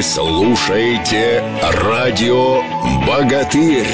Вы слушаете радио «Богатырь».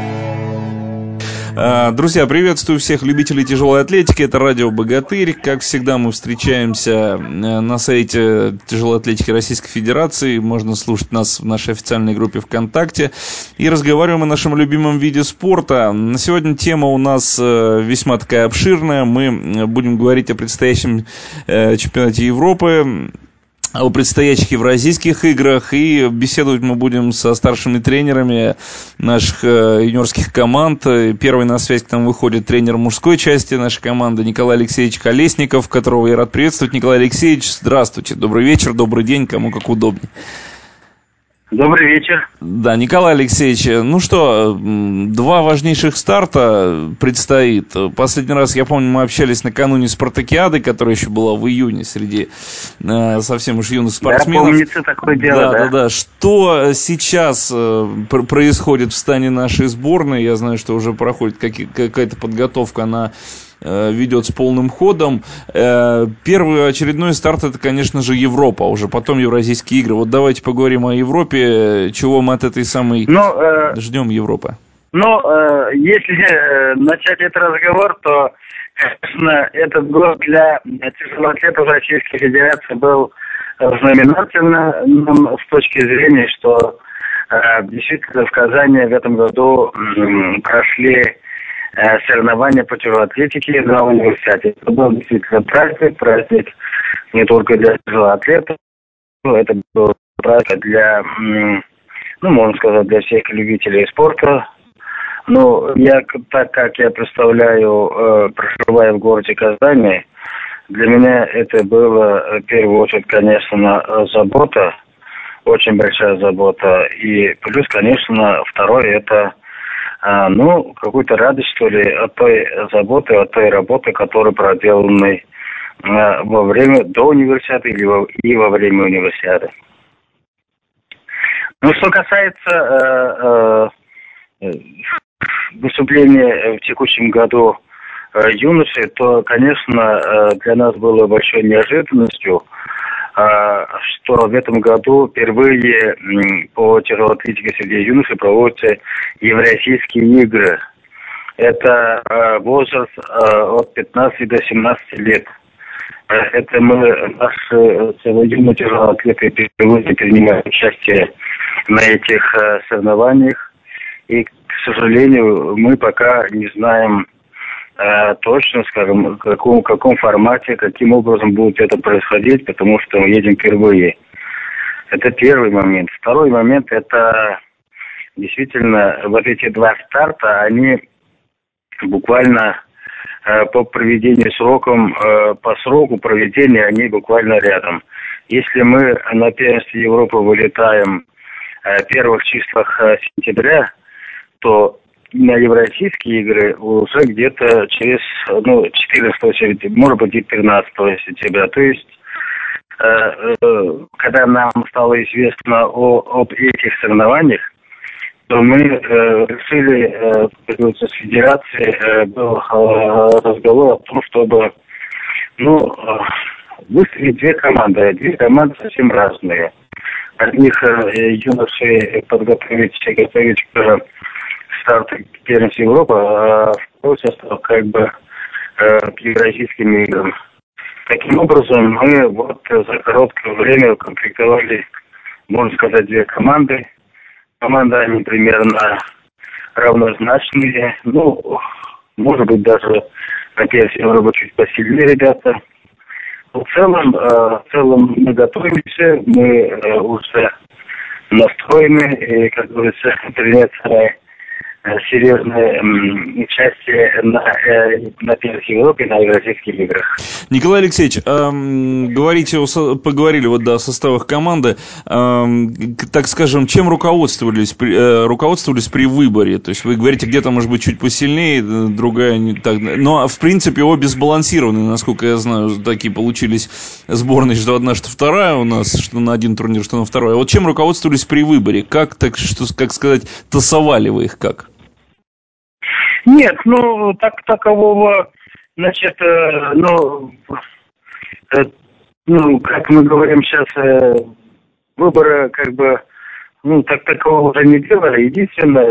Друзья, приветствую всех любителей тяжелой атлетики. Это радио «Богатырь». Как всегда, мы встречаемся на сайте тяжелой атлетики Российской Федерации. Можно слушать нас в нашей официальной группе ВКонтакте. И разговариваем о нашем любимом виде спорта. На сегодня тема у нас весьма такая обширная. Мы будем говорить о предстоящем чемпионате Европы, о предстоящих евразийских играх, и беседовать мы будем со старшими тренерами наших юниорских команд. Первый на связь к нам выходит тренер мужской части нашей команды Николай Алексеевич Колесников, которого я рад приветствовать. Николай Алексеевич, здравствуйте, добрый вечер, добрый день, кому как удобнее. Добрый вечер. Да, Николай Алексеевич, ну что, два важнейших старта предстоит. Последний раз, я помню, мы общались накануне Спартакиады, которая еще была в июне среди совсем уж юных спортсменов. Да, помнится такое дело, да. Что сейчас происходит в стане нашей сборной? Я знаю, что уже проходит какая-то подготовка, она ведется полным ходом. Первый очередной старт — это, конечно же, Европа, а уже потом Евразийские игры. Вот давайте поговорим о Европе. Чего мы от этой самой ждем Европы? Если начать этот разговор, то, конечно, этот год для тяжелоатлетов Российской Федерации был знаменательным с точки зрения, что действительно в Казани в этом году прошли соревнования по тяжелоатлетике на университете. Это был действительно праздник не только для тяжелоатлетов, это был праздник для, можно сказать, для всех любителей спорта. Так как я представляю, проживая в городе Казани, для меня это было, в первую очередь, конечно, забота, очень большая забота. И плюс, конечно, второе, это какую-то радость, что ли, от той заботы, от той работы, которая проделана во время до универсиады и во время универсиады. Что касается выступления в текущем году юношей, то, конечно, для нас было большой неожиданностью, что в этом году впервые по тяжелоатлетике среди юношей проводятся Евразийские игры. Это возраст от 15 до 17 лет. Это наши юные тяжелоатлеты впервые принимают участие на этих соревнованиях. И, к сожалению, мы пока не знаем точно, скажем, в каком формате, каким образом будет это происходить, потому что мы едем впервые. Это первый момент. Второй момент — это действительно вот эти два старта, они буквально по проведению по сроку проведения, они буквально рядом. Если мы на первенстве Европы вылетаем в первых числах сентября, то на Евразийские игры уже где-то через 14, может быть, и 13 сентября. То есть, когда нам стало известно об этих соревнованиях, то мы решили, с федерацией был разговор о том, чтобы выставить две команды совсем разные. Одних юношей готовить к старту первенства Европы, а второй состав к Евразийским играм. Таким образом, мы за короткое время укомплектовали, можно сказать, две команды. Команды, они примерно равнозначные. Может быть, даже на первенстве Европы чуть посильнее ребята. В целом мы готовимся, мы уже настроены, и, как говорится, принять серьезное участие на первых Европе и на Евразийских играх. Николай Алексеевич, поговорили о составах команды, так скажем, чем руководствовались при выборе? То есть вы говорите, где-то, может быть, чуть посильнее, другая не так. Но, в принципе, обе сбалансированы, насколько я знаю, такие получились сборные, что одна, что вторая у нас, что на один турнир, что на второй. А вот чем руководствовались при выборе? Как сказать, тасовали вы их как? Нет, такового, значит, как мы говорим сейчас, выбора как бы, такого уже не делали. Единственное,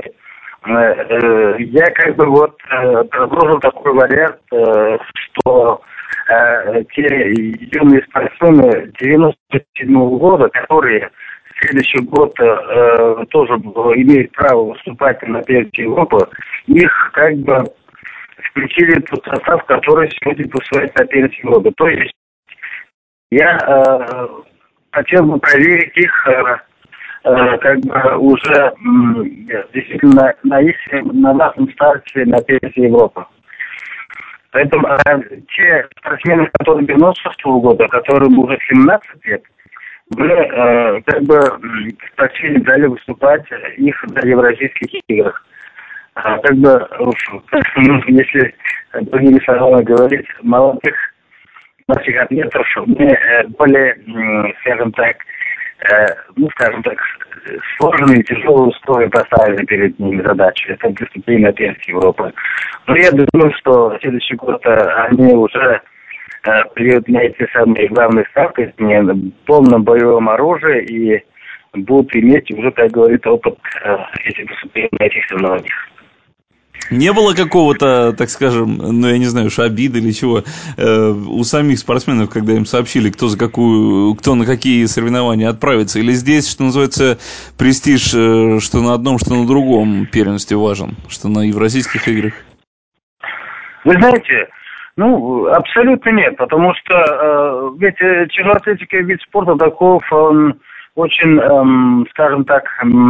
я как бы вот предложил такой вариант, что те юные спортсмены 97-го года, которые в следующий год тоже имеют право выступать на первенстве Европы, их как бы включили в тот состав, который сегодня выступает на первенстве Европы. То есть я хотел бы проверить их как бы уже действительно на нашем старте на первенстве Европы. Поэтому те спортсмены, которые 96-го года, которым уже 17 лет, мы как бы просили дали выступать их на Евразийских играх. Как бы, если другими словами говорить, молодых наших атлетов мы более, скажем так, сложные, тяжелые условия поставили перед ними задачу. Это выступление на первенстве Европы. Но я думаю, что в следующий год они уже придут на эти самые главные ставки в полном боевом оружии и будут иметь уже, как говорит, опыт этих выступлений на этих соревнованиях. Не было какого-то, так скажем, я не знаю, обиды или чего, у самих спортсменов, когда им сообщили, кто на какие соревнования отправится? Или здесь, что называется, престиж, что на одном, что на другом первенстве важен, что на Евразийских играх? Вы знаете, абсолютно нет, потому что ведь тяжелоатлетика вид спорта таков, он очень, скажем так,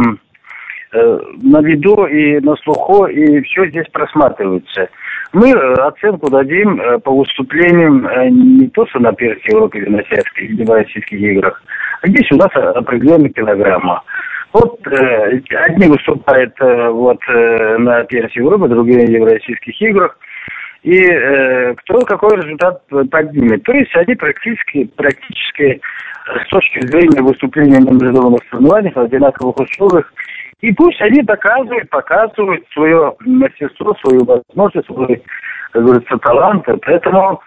на виду и на слуху, и все здесь просматривается. Мы оценку дадим по выступлениям не то, что на первенстве Европы или на Евразийских играх, а здесь у нас определенная килограмма. Вот одни выступают на первенстве Европы, другие на Евразийских играх, и кто какой результат поднимет. То есть они практически с точки зрения выступления на международных соревнованиях в одинаковых условиях. И пусть они показывают свое мастерство, свою возможность, свой, как говорится, талант. Поэтому,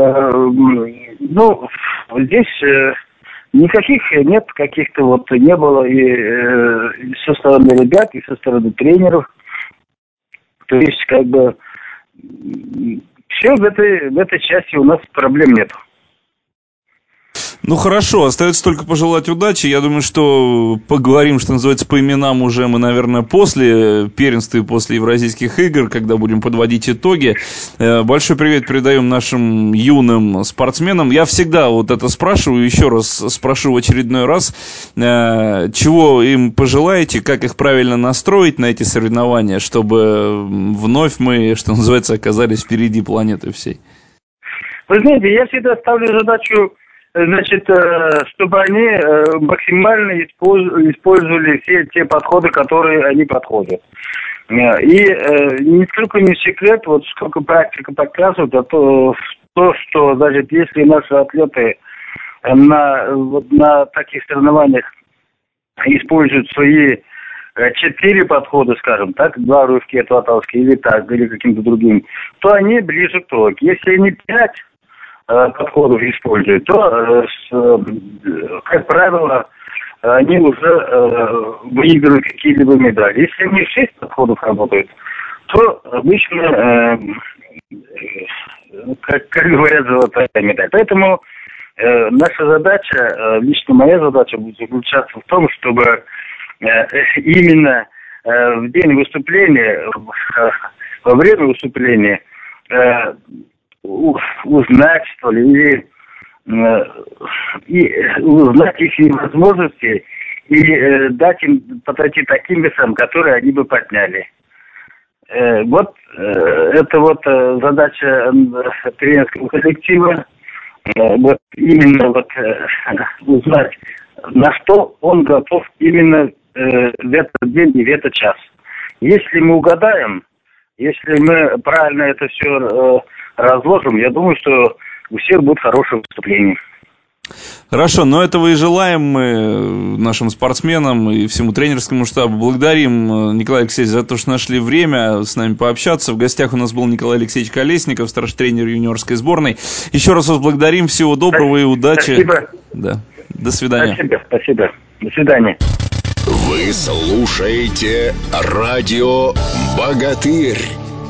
здесь никаких нет, каких-то не было и со стороны ребят, и со стороны тренеров. То есть, как бы, все в этой части у нас проблем нет. Хорошо, остается только пожелать удачи. Я думаю, что поговорим, что называется, по именам уже мы, наверное, после первенства и после Евразийских игр, когда будем подводить итоги. Большой привет передаем нашим юным спортсменам. Я всегда это спрашиваю, еще раз спрошу в очередной раз, чего им пожелаете, как их правильно настроить на эти соревнования, чтобы вновь мы, что называется, оказались впереди планеты всей. Вы знаете, я всегда ставлю задачу, чтобы они максимально использовали все те подходы, которые они подходят. И нисколько не секрет, сколько практика показывает, то, что даже если наши атлеты на таких соревнованиях используют свои 4 подхода, скажем так, 2 русские, 2 татарские или каким-то другим, то они ближе к тройке. Если они 5 подходов используют, то, как правило, они уже выигрывают какие-либо медали. Если они 6 подходов работают, то обычно, как говорят, золотая медаль. Поэтому наша задача, лично моя задача будет заключаться в том, чтобы именно в день выступления, во время выступления, узнать, что ли, и узнать их возможности и дать им подойти таким весам, которые они бы подняли. Это задача тренерского коллектива, именно узнать, на что он готов именно в этот день и в этот час. Если мы угадаем, если мы правильно это все разложим, я думаю, что у всех будет хорошее выступление. Хорошо, но этого и желаем мы нашим спортсменам и всему тренерскому штабу. Благодарим, Николай Алексеевич, за то, что нашли время с нами пообщаться. В гостях у нас был Николай Алексеевич Колесников, старший тренер юниорской сборной. Еще раз вас благодарим, всего доброго и удачи. Спасибо. Да. До свидания. Спасибо. До свидания. Вы слушаете радио «Богатырь».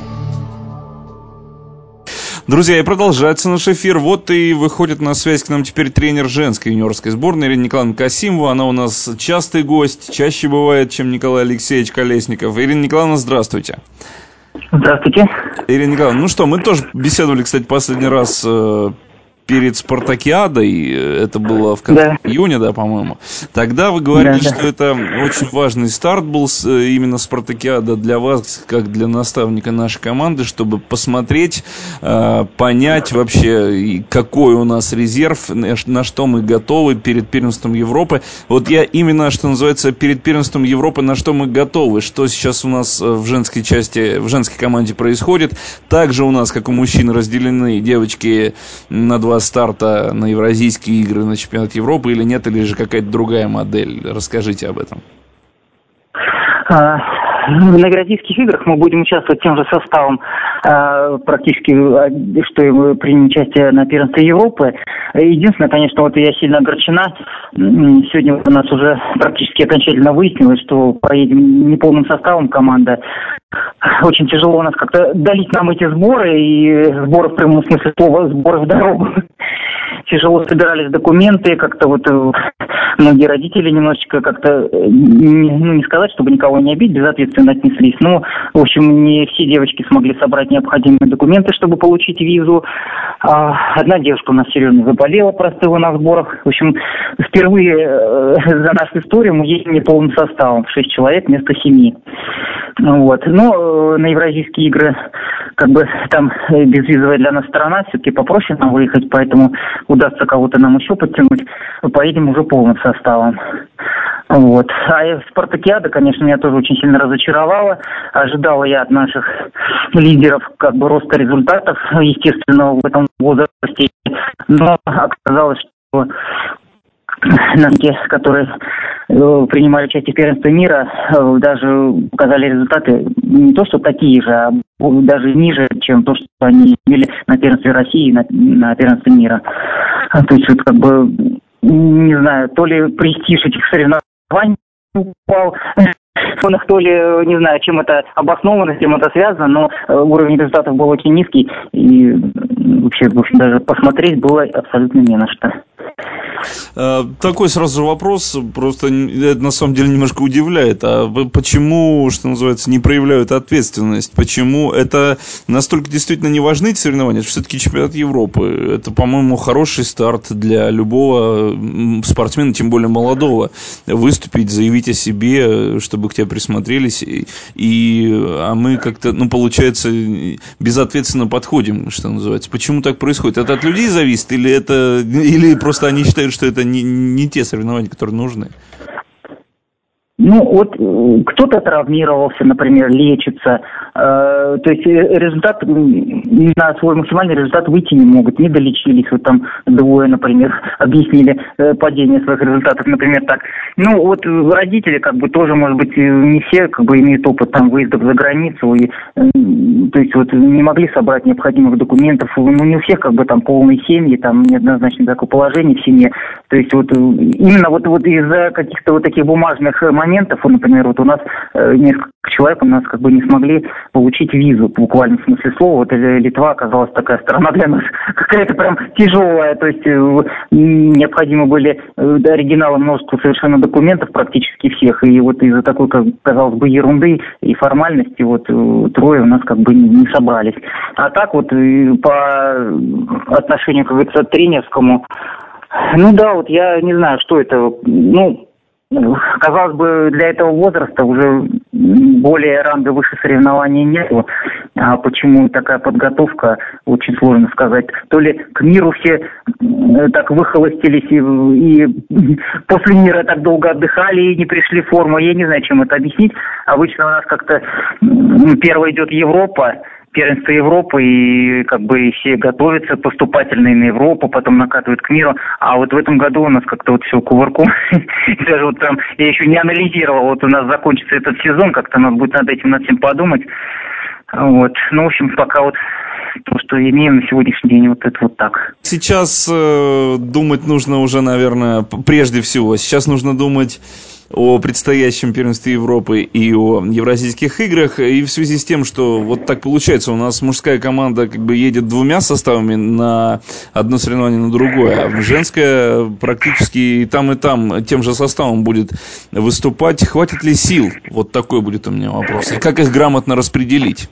Друзья, и продолжается наш эфир. Вот и выходит на связь к нам теперь тренер женской юниорской сборной Ирина Николаевна Касимова. Она у нас частый гость, чаще бывает, чем Николай Алексеевич Колесников. Ирина Николаевна, здравствуйте. Здравствуйте. Ирина Николаевна, ну что, мы тоже беседовали, кстати, последний раз перед Спартакиадой, это было в конце июня, да, по-моему. Тогда вы говорили, что это очень важный старт был именно Спартакиада для вас, как для наставника нашей команды, чтобы посмотреть, понять вообще, какой у нас резерв, на что мы готовы перед первенством Европы. Вот я именно, что называется, перед первенством Европы, на что мы готовы, что сейчас у нас в женской части, в женской команде происходит. Также у нас, как у мужчин, разделены девочки на два старта на Евразийские игры, на чемпионат Европы или нет, или же какая-то другая модель? Расскажите об этом. На Евразийских играх мы будем участвовать тем же составом, практически, что и мы примем участие на первенстве Европы. Единственное, конечно, вот я сильно огорчена. Сегодня у нас уже практически окончательно выяснилось, что поедем неполным составом команда. Очень тяжело у нас как-то долить нам эти сборы, и сборы в прямом смысле слова, сборы в дорогу. Тяжело собирались документы, как-то вот многие родители немножечко как-то, не сказать, чтобы никого не обидеть, безответственно отнеслись. Но, в общем, не все девочки смогли собрать необходимые документы, чтобы получить визу. Одна девушка у нас серьезно заболела, простыла на сборах. В общем, впервые за нашу историю мы едем неполным составом, 6 человек вместо 7. Вот. Но на Евразийские игры, как бы там безвизовая для нас страна, все-таки попроще нам выехать, поэтому удастся кого-то нам еще подтянуть, поедем уже полным составом. Вот. А Спартакиада, конечно, меня тоже очень сильно разочаровала. Ожидала я от наших лидеров как бы роста результатов, естественно, в этом возрасте. Но оказалось, что наши, которые принимали участие в первенстве мира, даже показали результаты не то что такие же, а даже ниже, чем то, что они имели на первенстве России и на первенстве мира. То есть, вот, как бы, не знаю, то ли престиж этих соревнований упал, то ли, не знаю, чем это обосновано, с чем это связано, но уровень результатов был очень низкий, и вообще, в общем, даже посмотреть было абсолютно не на что. Такой сразу же вопрос, просто это на самом деле немножко удивляет. А почему, что называется, не проявляют ответственность? Почему это настолько действительно не важны эти соревнования? Это все-таки чемпионат Европы. Это, по-моему, хороший старт для любого спортсмена, тем более молодого. Выступить, заявить о себе, чтобы к тебе присмотрелись. А мы как-то, получается, безответственно подходим, что называется. Почему так происходит? Это от людей зависит или просто они считают, что это не те соревнования, которые нужны? Вот кто-то травмировался, например, лечится. То есть результат, на свой максимальный результат выйти не могут, не долечились. Вот там двое, например, объяснили падение своих результатов, например, так. Родители, как бы, тоже, может быть, не все, как бы, имеют опыт там выездов за границу, и, то есть, вот, не могли собрать необходимых документов. Не у всех, как бы, там, полные семьи, там, неоднозначно такое положение в семье. То есть, вот, именно вот из-за каких-то вот таких бумажных моментов, например, вот у нас несколько человек у нас как бы не смогли получить визу, в буквальном смысле слова. Вот Литва оказалась такая страна для нас какая-то прям тяжелая, то есть необходимы были оригиналы множества совершенно документов практически всех, и вот из-за такой, как казалось бы, ерунды и формальности вот трое у нас как бы не собрались. А так вот по отношению, как говорится, тренерскому, вот я не знаю, что это, казалось бы, для этого возраста уже более ранга выше соревнований нету. А почему такая подготовка, очень сложно сказать. То ли к миру все так выхолостились и после мира так долго отдыхали и не пришли в форму. Я не знаю, чем это объяснить. Обычно у нас как-то первая идет Европа, первенство Европы, и как бы все готовятся поступательные на Европу, потом накатывают к миру. А вот в этом году у нас как-то вот все кувырком. Даже вот там я еще не анализировал, вот у нас закончится этот сезон, как-то надо будет над этим над всем подумать. Вот. Ну, в общем, пока вот то, что имеем на сегодняшний день, вот это вот так. Сейчас думать нужно уже, наверное, прежде всего. Сейчас нужно думать о предстоящем первенстве Европы и о Евразийских играх. И в связи с тем, что вот так получается, у нас мужская команда как бы едет двумя составами на одно соревнование, на другое, а женская практически и там тем же составом будет выступать. Хватит ли сил? Вот такой будет у меня вопрос. И как их грамотно распределить?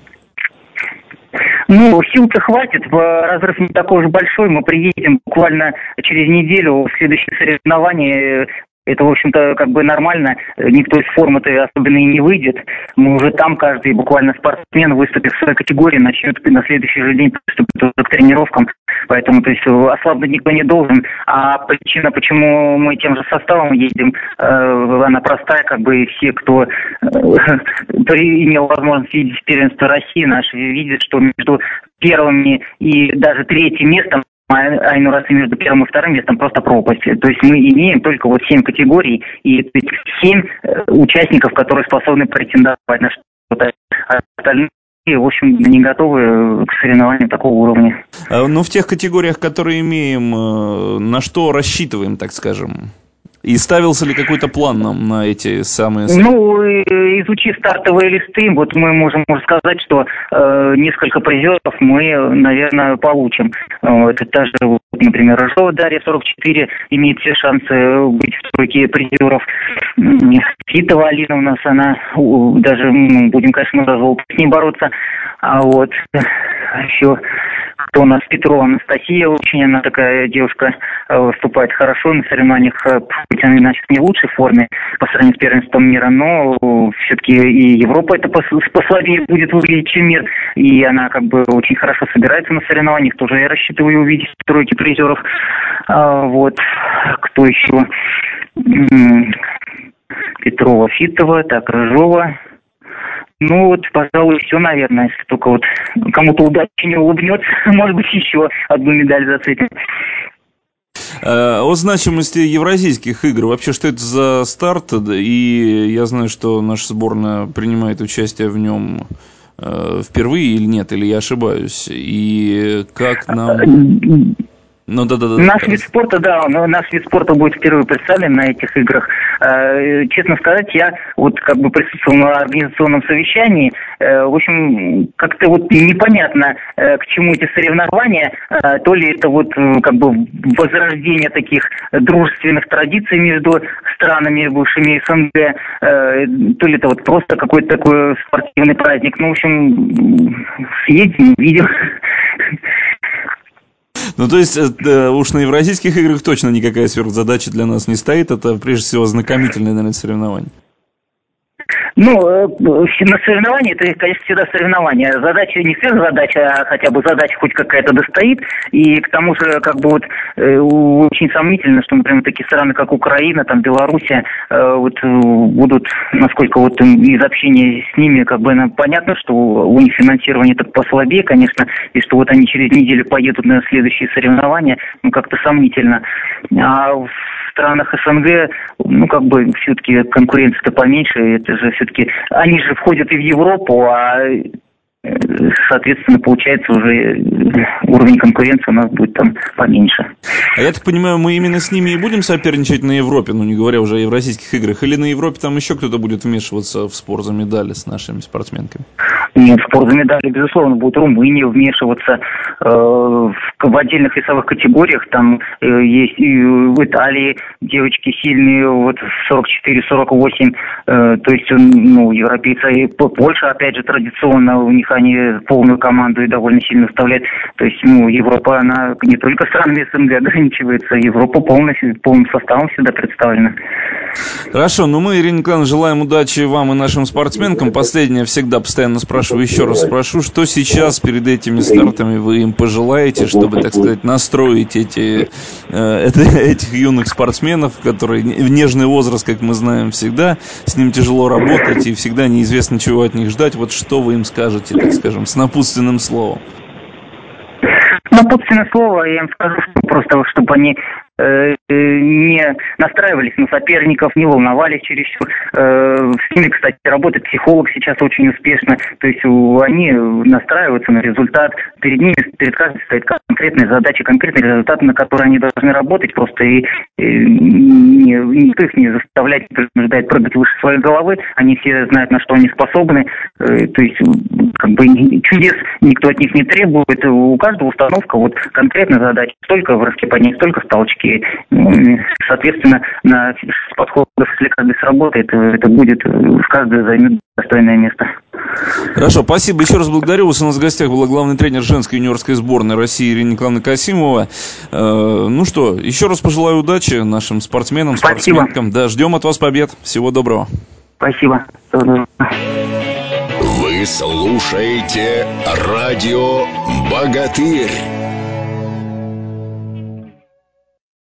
Ну, сил-то хватит, разрыв не такой уж большой, мы приедем буквально через неделю в следующее соревнование. Это, в общем-то, как бы нормально, никто из формы-то особенно и не выйдет. Мы уже там, каждый буквально спортсмен, выступив в своей категории, начнет на следующий же день приступить к тренировкам. Поэтому, то есть, ослабнуть никто не должен. А причина, почему мы тем же составом едем, она простая, как бы все, кто имел возможность видеть первенство России, наши видят, что между первыми и даже третьим местом, а иной раз и между первым и вторым местом просто пропасть. То есть мы имеем только вот 7 категорий и 7 участников, которые способны претендовать на что-то. А остальные, в общем, не готовы к соревнованиям такого уровня. Ну, в тех категориях, которые имеем, на что рассчитываем, так скажем? И ставился ли какой-то план нам на эти самые... Ну, изучив стартовые листы, вот мы можем сказать, что несколько призеров мы, наверное, получим. Это та же, например, Рыжова Дарья, 44, имеет все шансы быть в тройке призеров. Фитова Алина у нас, она даже, будем, конечно, за золото с ней бороться. А вот еще кто у нас? Петрова Анастасия, очень она такая девушка, выступает хорошо на соревнованиях, хоть она иначе не в лучшей форме по сравнению с первенством мира, но все-таки и Европа это послабее будет выглядеть, чем мир, и она как бы очень хорошо собирается на соревнованиях, тоже я рассчитываю увидеть в тройке призеров. Вот, кто еще? Петрова, Фитова, так, Рыжова. Ну вот, пожалуй, все, наверное, если только вот кому-то удача не улыбнется, может быть, еще одну медаль зацепим. О значимости Евразийских игр. Вообще, что это за старт? И я знаю, что наша сборная принимает участие в нем впервые или нет, или я ошибаюсь. И как нам... Ну, да. Наш вид спорта будет впервые представлен на этих играх. Честно сказать, я вот как бы присутствовал на организационном совещании. В общем, как-то вот непонятно, к чему эти соревнования. То ли это вот как бы возрождение таких дружественных традиций между странами, бывшими СНГ, то ли это вот просто какой-то такой спортивный праздник. Ну, в общем, съедем, видим. Ну, то есть, уж на Евразийских играх точно никакая сверхзадача для нас не стоит. Это, прежде всего, знакомительное, наверное, соревнование. Ну, на соревнования, это, конечно, всегда соревнования. Задача не сверхзадача, а хотя бы задача хоть какая-то достоит. И к тому же, как бы вот, очень сомнительно, что, например, такие страны, как Украина, там, Белоруссия, вот будут, насколько вот из общения с ними, как бы, понятно, что у них финансирование так послабее, конечно, и что вот они через неделю поедут на следующие соревнования, ну, как-то сомнительно. А в странах СНГ, ну, как бы, все-таки конкуренция-то поменьше, это же все-таки, они же входят и в Европу, а, соответственно, получается, уже уровень конкуренции у нас будет там поменьше. А я так понимаю, мы именно с ними и будем соперничать на Европе, ну, не говоря уже о Евразийских играх, или на Европе там еще кто-то будет вмешиваться в спор за медали с нашими спортсменками? Нет, в спор за медали, безусловно, будет Румыния вмешиваться в отдельных весовых категориях. Там есть и в Италии девочки сильные, вот 44-48. То есть, ну, европейцы, и Польша, опять же, традиционно, у них они полную команду и довольно сильно вставляют. То есть, ну, Европа, она не только странами СНГ ограничивается, Европа полным составом всегда представлена. Хорошо, ну мы, Ирина Николаевна, желаем удачи вам и нашим спортсменкам. Последнее всегда постоянно спрашиваю, еще раз спрошу, что сейчас перед этими стартами вы им пожелаете, чтобы, так сказать, настроить этих юных спортсменов, которые в нежный возраст, как мы знаем, всегда, с ним тяжело работать и всегда неизвестно, чего от них ждать. Вот что вы им скажете, так скажем, с напутственным словом? Напутственное слово я им скажу, что просто чтобы они не настраивались на соперников, не волновались чересчур. С ними, кстати, работает психолог сейчас очень успешно. То есть они настраиваются на результат. Перед каждым стоит конкретная задача, конкретный результат, на который они должны работать просто. И никто их не заставляет, не принуждает прыгать выше своей головы. Они все знают, на что они способны. То есть чудес никто от них не требует. У каждого установка конкретная задача. Столько в рывке поднять, столько в толчке. Соответственно, с подходов, если каждый сработает, это будет, каждый займет достойное место. Хорошо, спасибо. Еще раз благодарю вас. У нас в гостях была главный тренер женской юниорской сборной России Ирина Николаевна Касимова. Ну что, еще раз пожелаю удачи нашим спортсменам, спортсменкам. Да, ждем от вас побед. Всего доброго. Спасибо. Вы слушаете радио «Богатырь».